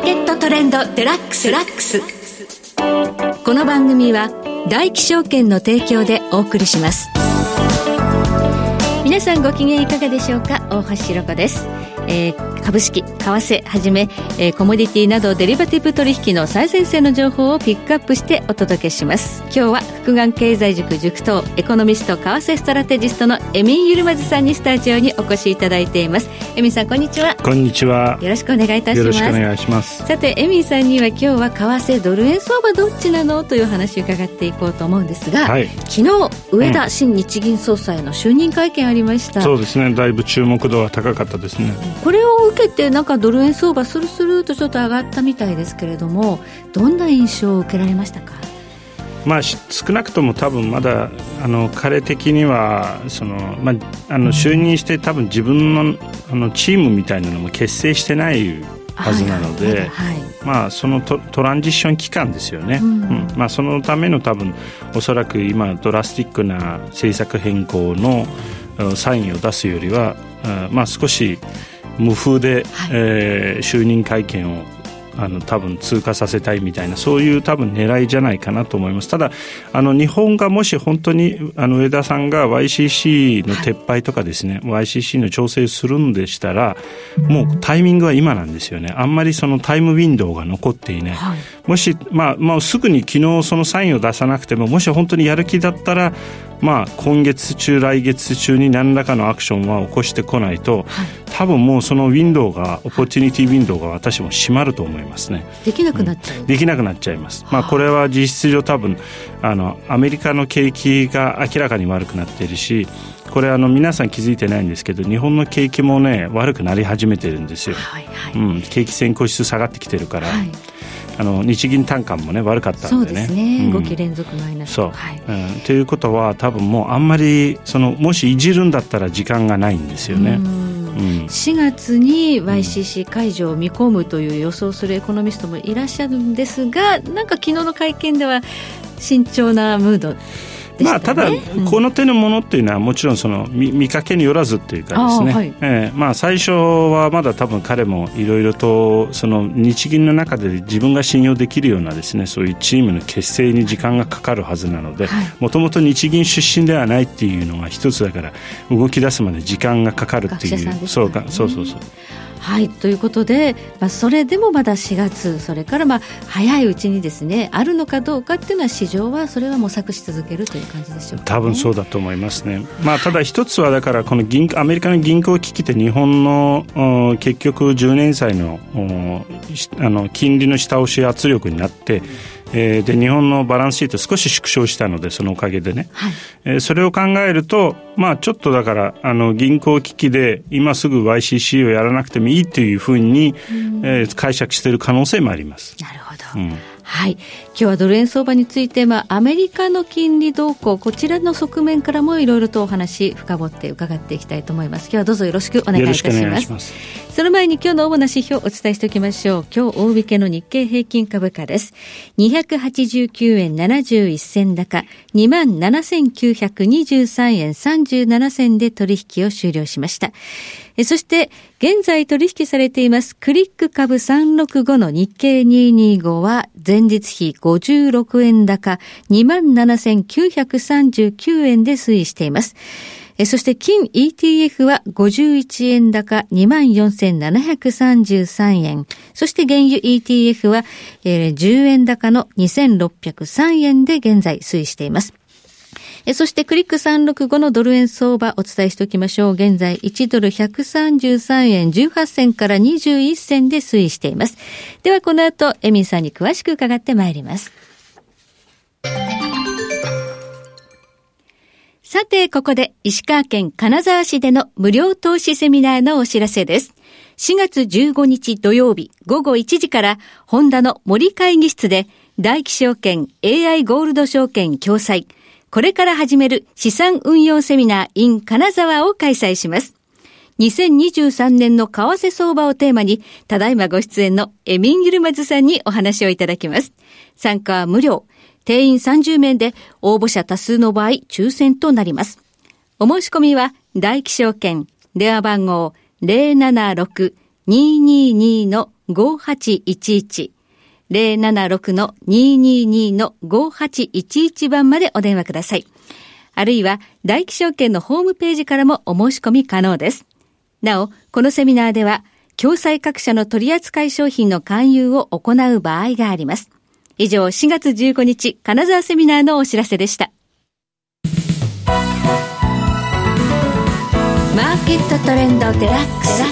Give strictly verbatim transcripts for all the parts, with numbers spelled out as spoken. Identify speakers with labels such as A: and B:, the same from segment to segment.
A: ーケットトレンドデラックス。この番組は大気証券の提供でお送りします。皆さんご機嫌いかがでしょうか。大橋ひろ子です。えー、株式、為替はじめ、えー、コモディティなどデリバティブ取引の最前線の情報をピックアップしてお届けします。今日は福眼経済塾塾頭エコノミスト為替ストラテジストのエミン・ユルマズさんにスタジオにお越しいただいています。エミンさん、こんにちは。
B: こんにちは。
A: よろしくお願いいたします。
B: よろしくお願いします。
A: さて、エミンさんには今日は為替ドル円相場どっちなのという話を伺っていこうと思うんですが、はい、昨日上田新日銀総裁の就任会見ありました、うん、
B: そうですね。だいぶ注目度は高かったですね。
A: これを受けてなんかドル円相場スルスルとちょっと上がったみたいですけれども、どんな印象を受けられましたか。
B: まあ、少なくとも多分まだあの彼的にはその、まあ、あの就任して多分自分 の, あのチームみたいなのも結成してないはずなので、はいはい、まあ、その ト, トランジション期間ですよね、うんうんまあ、そのための多分おそらく今ドラスティックな政策変更のサインを出すよりは、まあ、少し無風で、はい、えー、就任会見をあの多分通過させたいみたいな、そういう多分狙いじゃないかなと思います。ただあの日本がもし本当にあの上田さんが ワイシーシー の撤廃とかですね、はい、ワイシーシー の調整するんでしたらもうタイミングは今なんですよね。あんまりそのタイムウィンドウが残っていない、はい、もし、まあ、まあすぐに昨日そのサインを出さなくても、もし本当にやる気だったらまあ、今月中来月中に何らかのアクションは起こしてこないと、はい、多分もうそのウィンドウがオポチュニティウィンドウが私も閉まると思いますね。
A: できなくなっちゃう、うん、
B: できなくなっちゃいます、まあ、これは実質上多分あのアメリカの景気が明らかに悪くなっているし、これあの皆さん気づいてないんですけど日本の景気もね悪くなり始めてるんですよ、はいはい、うん、景気先行指数下がってきてるから、はい、あの日銀短観もね悪かったんでね。
A: そうですね、うん、ごき連続マイナス。
B: そう、
A: はい、
B: うん、ということは多分もうあんまりそのもしいじるんだったら時間がないんですよね。
A: うん、しがつに ワイシーシー 解除を見込むという予想するエコノミストもいらっしゃるんですが、なんか昨日の会見では慎重なムードでしたね。まあ、ただ、うん、この手のものっていうのはもちろんその 見, 見かけによらずっていうかですね、はい、えーまあ、最初はまだ多分彼もいろいろとその日銀の中で自分が信用できるようなですね、そういうチームの結成に時間がかかるはずなので、もともと日銀出身ではないっていうのが一つだから動き出すまで時間がかかるっていう、ね、そうか、そうそうそう、 はい、ということで、まあ、それでもまだしがつ、それからまあ早いうちにですね、あるのかどうかっていうのは市場はそれは模索し続けるという感じでしょうか、ね、
B: 多分そうだと思いますね。まあ、ただ一つはだからこの銀アメリカの銀行危機って日本の結局じゅうねん債のあの金利の下押し圧力になって、えー、で日本のバランスシート少し縮小したので、そのおかげでね、はい、えー、それを考えると、まあ、ちょっとだからあの銀行危機で今すぐ ワイシーシー をやらなくてもいいというふうに、えー、解釈している可能性もあります。
A: なるほど、うん、はい、今日はドル円相場について、まあ、アメリカの金利動向、こちらの側面からもいろいろとお話深掘って伺っていきたいと思います。今日はどうぞよろしくお願いいたします。よろしくお願いします。その前に今日の主な指標をお伝えしておきましょう。今日大引けの日経平均株価です。にひゃくはちじゅうきゅうえんななじゅういっ銭高、にまんななせんきゅうひゃくにじゅうさんえんさんじゅうなな銭で取引を終了しました。えそして現在取引されていますクリック株さんろくごの日経にひゃくにじゅうごは前日比ごじゅうろくえん高 にまんななせんきゅうひゃくさんじゅうきゅうえんで推移しています。えそして金 イーティーエフ はごじゅういちえん高 にまんよんせんななひゃくさんじゅうさんえん。そして原油 イーティーエフ は、えー、じゅうえん高のにせんろっぴゃくさんえんで現在推移しています。えそしてクリックさんろくごのドル円相場お伝えしておきましょう。現在いちドルひゃくさんじゅうさんえんじゅうはち銭からにじゅういっ銭で推移しています。ではこの後エミンさんに詳しく伺ってまいります。さてここで石川県金沢市での無料投資セミナーのお知らせです。しがつじゅうごにち土曜日ごごいちじからホンダの森会議室で大気証券 エーアイ ゴールド証券共催これから始める資産運用セミナー in 金沢を開催します。にせんにじゅうさんねんの為替相場をテーマに、ただいまご出演のエミン・ユルマズさんにお話をいただきます。参加は無料。定員さんじゅうめいで応募者多数の場合抽選となります。お申し込みは大気証券電話番号 ゼロななろく にーにーにー のごはちいちいち、ゼロななろくのにににのごはちいちいち番までお電話ください。あるいは大気証券のホームページからもお申し込み可能です。なお、このセミナーでは共済各社の取扱い商品の勧誘を行う場合があります。以上、しがつじゅうごにち金沢セミナーのお知らせでした。マーケットトレンドデラックス。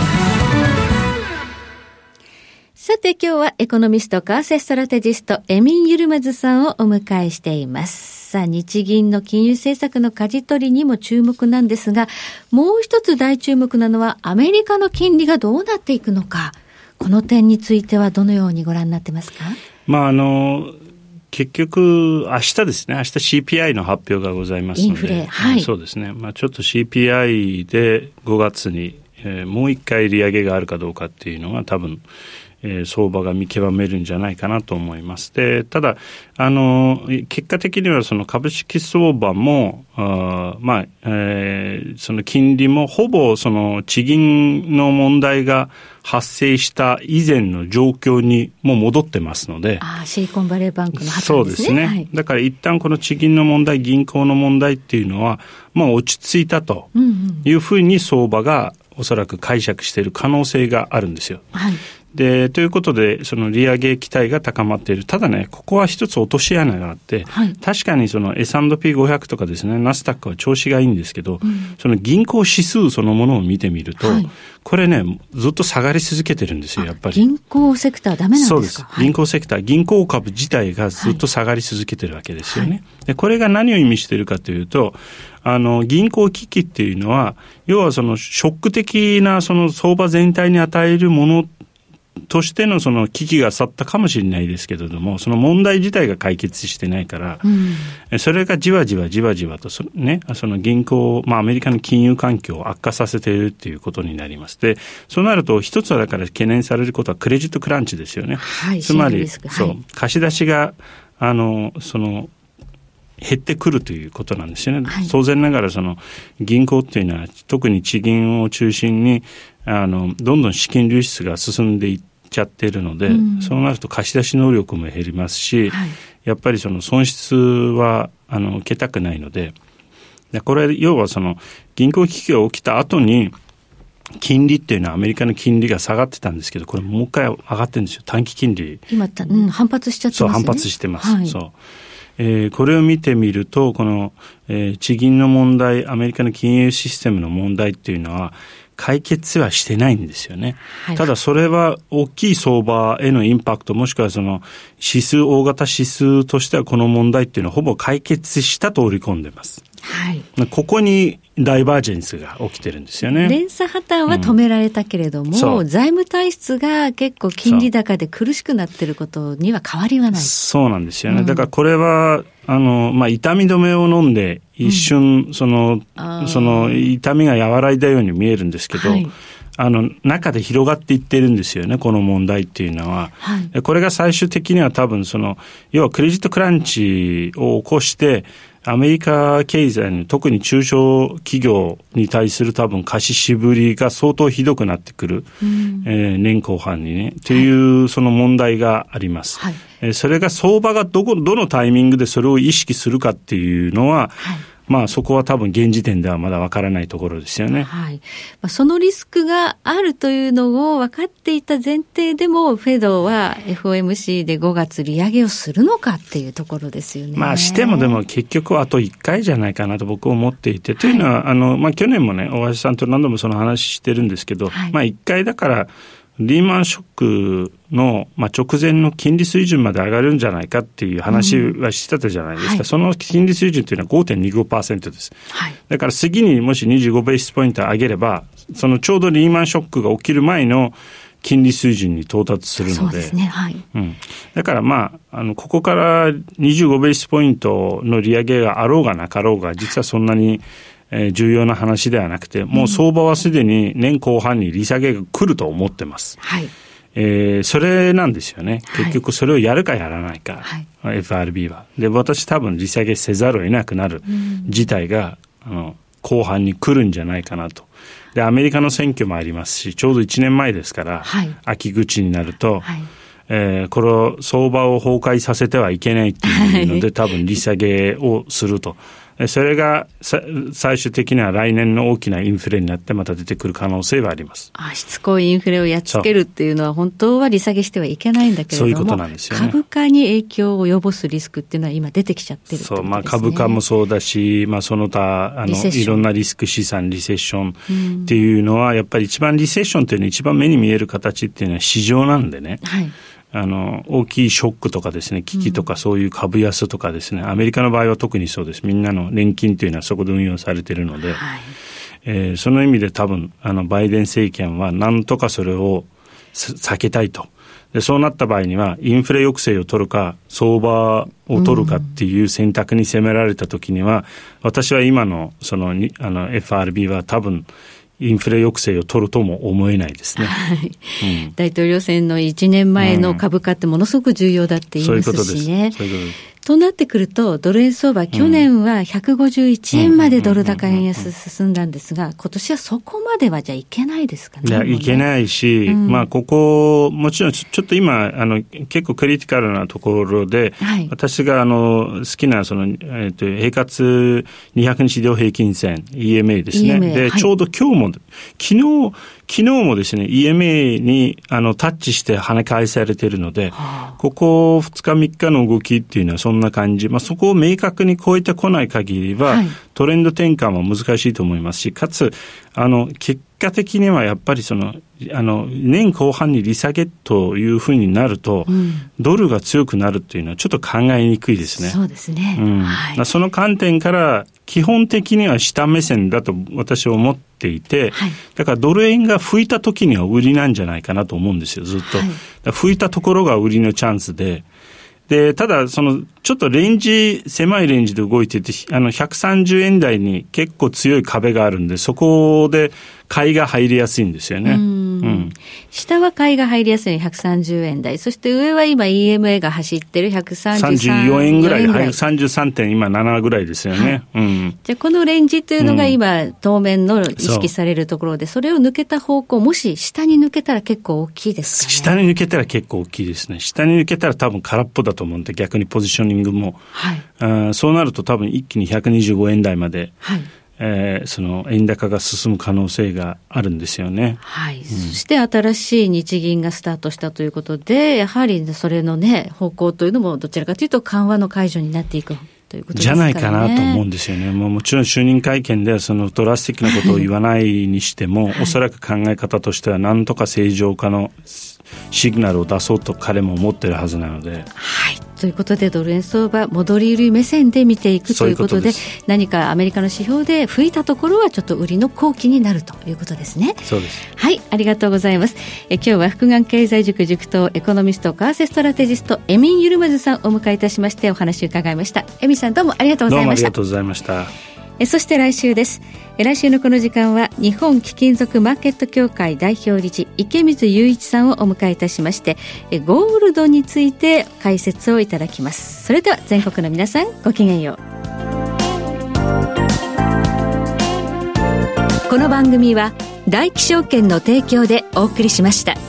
A: さて今日はエコノミスト為替ストラテジストエミン・ユルマズさんをお迎えしています。さあ日銀の金融政策の舵取りにも注目なんですが、もう一つ大注目なのはアメリカの金利がどうなっていくのか、この点についてはどのようにご覧になってますか？
B: まああの結局明日ですね、明日 シーピーアイ の発表がございますので、インフレ、はい、そうですね、まあ、ちょっと シーピーアイ でごがつに、えー、もう一回利上げがあるかどうかっていうのが多分、えー、相場が見極めるんじゃないかなと思います。で、ただあの結果的にはその株式相場もあまあ、えー、その金利もほぼその地銀の問題が発生した以前の状況にも戻ってますので、
A: ああ、シリコンバレーバンクの破綻ですね。
B: そうですね、はい、だから一旦この地銀の問題、銀行の問題っていうのはまあ落ち着いたというふうに相場がおそらく解釈している可能性があるんですよ。はい、でということでその利上げ期待が高まっている。ただね、ここは一つ落とし穴があって、はい、確かにその エスアンドピーごひゃく とかですね、ナスダックは調子がいいんですけど、うん、その銀行指数そのものを見てみると、はい、これねずっと下がり続けてるんですよ。やっぱり
A: 銀行セクターダメなんですか？
B: そうです、はい、銀行セクター、銀行株自体がずっと下がり続けてるわけですよね、はい、でこれが何を意味しているかというと、あの銀行危機っていうのは要はそのショック的なその相場全体に与えるものとしてのその危機が去ったかもしれないですけれども、その問題自体が解決してないから、うん、それがじわじわじわじわとその、ね、その銀行、まあアメリカの金融環境を悪化させているっていうことになります。で、そうなると一つはだから懸念されることはクレジットクランチですよね。はい、つまり、そう、はい、貸し出しがあのその減ってくるということなんですよね、はい、当然ながらその銀行っていうのは特に地銀を中心にあのどんどん資金流出が進んでいっちゃっているので、うん、そうなると貸し出し能力も減りますし、はい、やっぱりその損失はあの受けたくないので、でこれ要はその銀行危機が起きた後に金利っていうのはアメリカの金利が下がってたんですけど、これもう一回上がってるんですよ。短期金利
A: 今、うん、反発しちゃってますね。
B: そう、反発してます、はい、そう、
C: えー、これを見てみるとこの、えー、地銀の問題、アメリカの金融システムの問題っていうのは解決はしてないんですよね、はい、ただそれは大きい相場へのインパクト、もしくはその指数、大型指数としてはこの問題っていうのはほぼ解決したと織り込んでます、はい、ここにダイバージェンスが起きてるんですよね。
A: 連鎖破綻は止められたけれども、うん、財務体質が結構金利高で苦しくなってることには変わりはない。
C: そうなんですよね、うん、だからこれはあの、まあ、痛み止めを飲んで一瞬、うん、そのその痛みが和らいだように見えるんですけど、はい、あの中で広がっていってるんですよね、この問題っていうのは、はい、これが最終的には多分その要はクレジットクランチを起こしてアメリカ経済に特に中小企業に対する多分貸し渋りが相当ひどくなってくる、うんえー、年後半にねというその問題があります、はいえー、それが相場がどこどのタイミングでそれを意識するかっていうのは、はいまあそこは多分現時点ではまだわからないところですよね。
A: はい。まあ、そのリスクがあるというのを分かっていた前提でもフェドは エフオーエムシー でごがつ利上げをするのかっていうところですよね。
C: まあしてもでも結局はあといっかいじゃないかなと僕は思っていて、はい、というのはあのまあ去年もね大橋さんと何度もその話してるんですけど、はい、まあいっかいだからリーマンショックの、まあ、直前の金利水準まで上がるんじゃないかっていう話はしてたじゃないですか、うんはい、その金利水準というのは ごてんにごパーセント です、はい、だから次にもしにじゅうごベーシスポイント上げればそのちょうどリーマンショックが起きる前の金利水準に到達するので、そうですね、はいうん、だからまあ、あのここからにじゅうごベーシスポイントの利上げがあろうがなかろうが実はそんなにえー、重要な話ではなくて、もう相場はすでに年後半に利下げが来ると思ってます、はいえー、それなんですよね。結局それをやるかやらないか、はい、エフアールビー はで私多分利下げせざるを得なくなる事態が、うん、あの後半に来るんじゃないかなと。
B: でアメリカの選挙もありますし、ちょうどいちねんまえですから、はい、秋口になると、はい、えー、これを相場を崩壊させてはいけないっていうので、はい、多分利下げをすると。それが最終的には来年の大きなインフレになってまた出てくる可能性はあります。
A: あ、しつこいインフレをやっつけるっていうのは本当は利下げしてはいけないんだけれども、
B: そういうことなんですよね。
A: 株価に影響を及ぼすリスクっていうのは今出てきちゃってるってことですね。
B: そう、まあ、株価もそうだし、まあ、その他あのいろんなリスク資産リセッションっていうのは、やっぱり一番リセッションっていうのは一番目に見える形っていうのは市場なんでね、はい、あの大きいショックとかですね、危機とかそういう株安とかですね、うん、アメリカの場合は特にそうです。みんなの年金というのはそこで運用されているので、はい、えー、その意味で多分あのバイデン政権は何とかそれを避けたいと。でそうなった場合にはインフレ抑制を取るか相場を取るかっていう選択に迫られた時には、うん、私は今のそのあの エフアールビー は多分インフレ抑制を取るとも思えないですね、
A: はい、うん、大統領選のいちねんまえの株価ってものすごく重要だって言いますしね。そういうことです。となってくるとドル円相場、去年はひゃくごじゅういちえんまでドル高円安進んだんですが、今年はそこまではじゃあいけないですかね。
B: いや、いけないし、うん、まあここもちろんちょっと今あの結構クリティカルなところで、はい、私があの好きなその、えー、と平滑にひゃくにち移動平均線 イーエムエー ですね。イーエムエー、で、はい、ちょうど今日も昨日昨日もですね イーエムエー にあのタッチして跳ね返されているので、はあ、ここふつかみっかの動きっていうのはそんな感じ、まあ、そこを明確に超えてこない限りは、はい、トレンド転換は難しいと思いますし、かつあの結果的にはやっぱりそのあの年後半に利下げというふうになると、うん、ドルが強くなるというのはちょっと考えにくいですね。
A: そうですね、
B: うん、はい、その観点から基本的には下目線だと私は思っていて、はい、だからドル円が吹いた時には売りなんじゃないかなと思うんですよ、ずっと、はい、だから吹いたところが売りのチャンスで、でただそのちょっとレンジ狭いレンジで動いてて、あのひゃくさんじゅうえん台に結構強い壁があるんで、そこで買いが入りやすいんですよね。うん、うん、
A: 下は買いが入りやすいひゃくさんじゅうえん台、そして上は今 イーエムエー が走ってるひゃくさんじゅうさん、
B: さんじゅうよえんぐらい、はい、さんじゅうさんてん今ななぐらいですよね、はい、うん、
A: じゃあこのレンジというのが今、うん、当面の意識されるところで、それを抜けた方向、もし下に抜けたら結構大きいですかね。
B: 下に抜けたら結構大きいですね。下に抜けたら多分空っぽだと思うんで、逆にポジショニングも、はい、あそうなると多分一気にひゃくにじゅうごえん台まで、はい、えー、その円高が進む可能性があるんですよね。
A: はい、うん、そして新しい日銀がスタートしたということで、やはりそれのね方向というのもどちらかというと緩和の解除になっていくということですかね。
B: じゃないかなと思うんですよね。もうもちろん就任会見ではそのドラスティックなことを言わないにしても、はい、おそらく考え方としては何とか正常化のシグナルを出そうと彼も思ってるはずなので、
A: はい、ということでドル円相場戻り売り目線で見ていくということで、何かアメリカの指標で吹いたところはちょっと売りの好機になるということですね。
B: そうです。
A: はい、ありがとうございます。え今日は福眼経済塾塾頭エコノミスト為替ストラテジストエミン・ユルマズさんをお迎えいたしましてお話を伺いました。エミさんどうもありがとうございました。
B: どうもありがとうございました。
A: えそして来週です。え来週のこの時間は日本貴金属マーケット協会代表理事池水雄一さんをお迎えいたしまして、えゴールドについて解説をいただきます。それでは全国の皆さんごきげんよう。この番組は大気証券の提供でお送りしました。